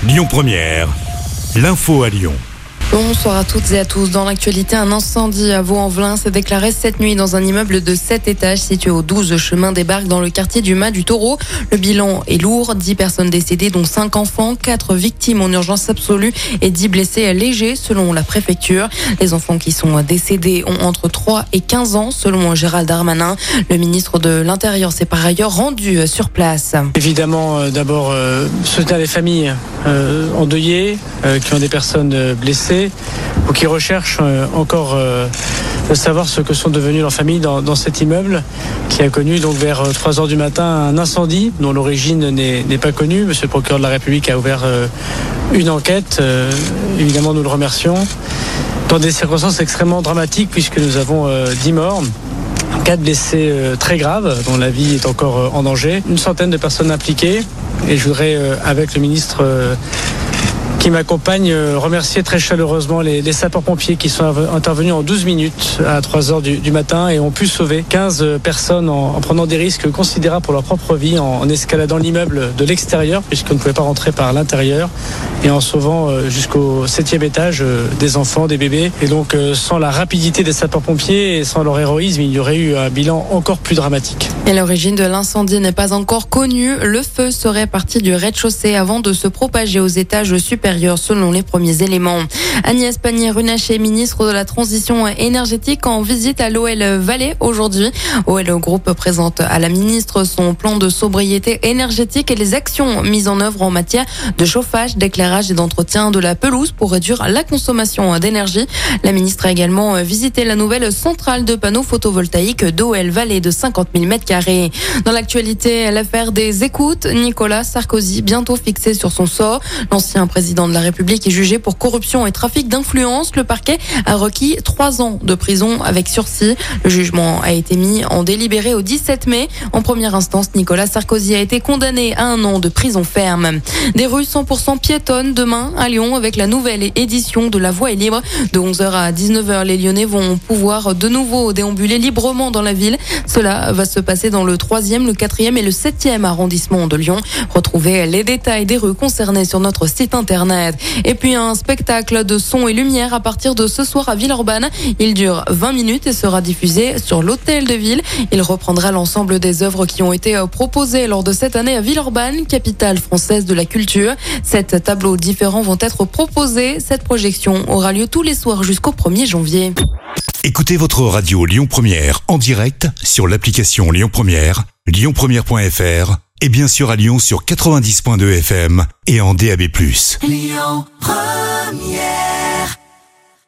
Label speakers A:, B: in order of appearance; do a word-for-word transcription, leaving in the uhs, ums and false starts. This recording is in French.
A: Lyon Première, l'info à Lyon.
B: Bonsoir à toutes et à tous. Dans l'actualité, un incendie à Vaux-en-Velin s'est déclaré cette nuit dans un immeuble de sept étages situé au douze chemin des Barques dans le quartier du Mas du Taureau. Le bilan est lourd. dix personnes décédées, dont cinq enfants, quatre victimes en urgence absolue et dix blessés légers selon la préfecture. Les enfants qui sont décédés ont entre trois et quinze ans selon Gérald Darmanin. Le ministre de l'Intérieur s'est par ailleurs rendu sur place.
C: Évidemment, euh, d'abord, euh, soutenir les familles euh, endeuillées, euh, qui ont des personnes euh, blessées ou qui recherchent euh, encore euh, de savoir ce que sont devenus leurs familles dans, dans cet immeuble qui a connu donc vers trois heures du matin un incendie dont l'origine n'est, n'est pas connue. Monsieur le procureur de la République a ouvert euh, une enquête. Euh, évidemment, nous le remercions. Dans des circonstances extrêmement dramatiques puisque nous avons euh, dix morts. Quatre blessés euh, très graves, dont la vie est encore euh, en danger. Une centaine de personnes impliquées. Et je voudrais, euh, avec le ministre euh, qui m'accompagne, euh, remercier très chaleureusement les, les sapeurs-pompiers qui sont intervenus en douze minutes à trois heures du, du matin et ont pu sauver quinze personnes en, en prenant des risques considérables pour leur propre vie, en, en escaladant l'immeuble de l'extérieur, puisqu'on ne pouvait pas rentrer par l'intérieur, et en sauvant euh, jusqu'au septième étage euh, des enfants, des bébés. Et donc, euh, sans la rapidité des sapeurs-pompiers et sans leur héroïsme, il y aurait eu un bilan encore plus dramatique.
B: Et l'origine de l'incendie n'est pas encore connue. Le feu serait parti du rez-de-chaussée avant de se propager aux étages supérieurs selon les premiers éléments. Agnès Pannier-Runacher, ministre de la Transition énergétique, en visite à l'O L Valais aujourd'hui. O L Group présente à la ministre son plan de sobriété énergétique et les actions mises en œuvre en matière de chauffage, d'éclairage et d'entretien de la pelouse pour réduire la consommation d'énergie. La ministre a également visité la nouvelle centrale de panneaux photovoltaïques d'O L Valais de cinquante mille mètres carrés. Dans l'actualité, l'affaire des écoutes, Nicolas Sarkozy bientôt fixé sur son sort. L'ancien président de la République est jugé pour corruption et trafic d'influence. Le parquet a requis trois ans de prison avec sursis. Le jugement a été mis en délibéré au dix-sept mai. En première instance, Nicolas Sarkozy a été condamné à un an de prison ferme. Des rues cent pour cent piétonnes demain à Lyon avec la nouvelle édition de La Voie est libre. De onze heures à dix-neuf heures, les Lyonnais vont pouvoir de nouveau déambuler librement dans la ville. Cela va se passer dans le troisième, le quatrième et le septième arrondissement de Lyon. Retrouvez les détails des rues concernées sur notre site internet. Et puis un spectacle de son et lumière à partir de ce soir à Villeurbanne. Il dure vingt minutes et sera diffusé sur l'hôtel de ville. Il reprendra l'ensemble des œuvres qui ont été proposées lors de cette année à Villeurbanne, capitale française de la culture. Sept tableaux différents vont être proposés. Cette projection aura lieu tous les soirs jusqu'au premier janvier.
A: Écoutez votre radio Lyon Première en direct sur l'application Lyon Première, lyon première point f r et bien sûr à Lyon sur quatre-vingt-dix point deux F M et en D A B plus.
D: Lyon Première.